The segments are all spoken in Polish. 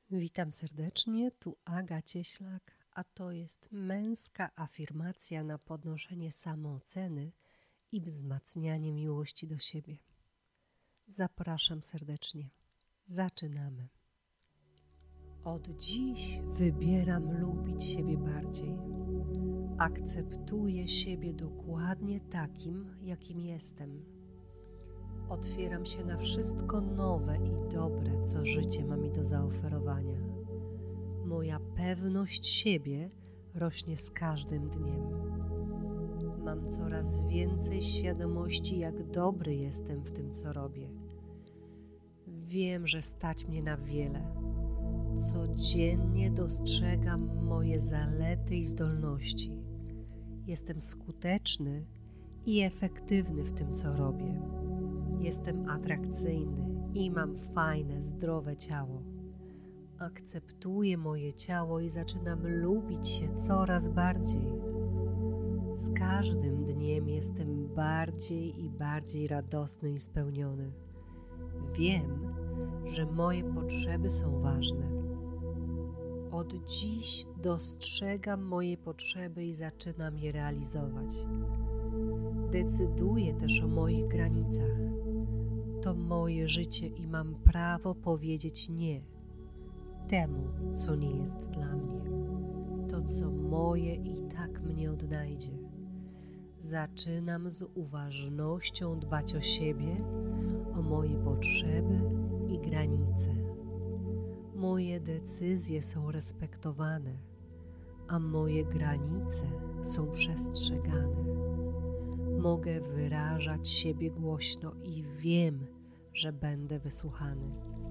Witam serdecznie, tu Aga Cieślak, a to jest męska afirmacja na podnoszenie samooceny i wzmacnianie miłości do siebie. Zapraszam serdecznie. Zaczynamy. Od dziś wybieram lubić siebie bardziej. Akceptuję siebie dokładnie takim, jakim jestem. Otwieram się na wszystko nowe i dobre, co życie ma mi do zaoferowania. Moja pewność siebie rośnie z każdym dniem. Mam coraz więcej świadomości, jak dobry jestem w tym, co robię. Wiem, że stać mnie na wiele. Codziennie dostrzegam moje zalety i zdolności. Jestem skuteczny i efektywny w tym, co robię. Jestem atrakcyjny i mam fajne, zdrowe ciało. Akceptuję moje ciało i zaczynam lubić się coraz bardziej. Z każdym dniem jestem bardziej i bardziej radosny i spełniony. Wiem, że moje potrzeby są ważne. Od dziś dostrzegam moje potrzeby i zaczynam je realizować. Decyduję też o moich granicach. To moje życie i mam prawo powiedzieć nie temu, co nie jest dla mnie. To, co moje, i tak mnie odnajdzie. Zaczynam z uważnością dbać o siebie, o moje potrzeby i granice. Moje decyzje są respektowane, a moje granice są przestrzegane. Mogę wyrażać siebie głośno i wiem, że będę wysłuchany.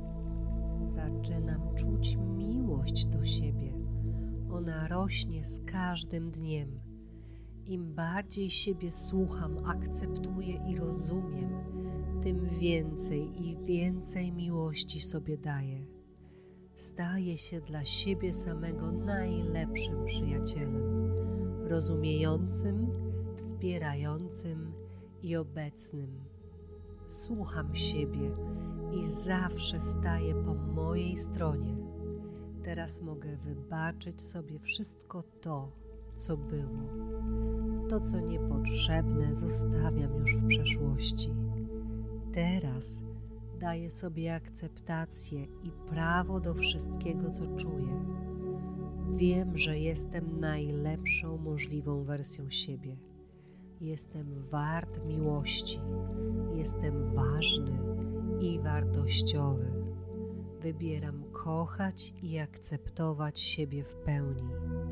Zaczynam czuć miłość do siebie. Ona rośnie z każdym dniem. Im bardziej siebie słucham, akceptuję i rozumiem, tym więcej i więcej miłości sobie daję. Staję się dla siebie samego najlepszym przyjacielem, rozumiejącym, wspierającym i obecnym. Słucham siebie i zawsze staję po mojej stronie. Teraz mogę wybaczyć sobie wszystko to, co było. To, co niepotrzebne, zostawiam już w przeszłości. Teraz daję sobie akceptację i prawo do wszystkiego, co czuję. Wiem, że jestem najlepszą możliwą wersją siebie. Jestem wart miłości. Jestem ważny i wartościowy. Wybieram kochać i akceptować siebie w pełni.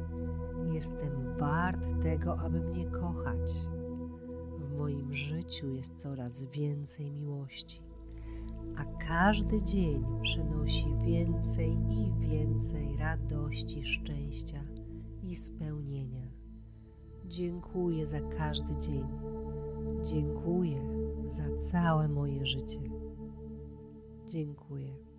Jestem wart tego, aby mnie kochać. W moim życiu jest coraz więcej miłości, a każdy dzień przynosi więcej i więcej radości, szczęścia i spełnienia. Dziękuję za każdy dzień. Dziękuję za całe moje życie. Dziękuję.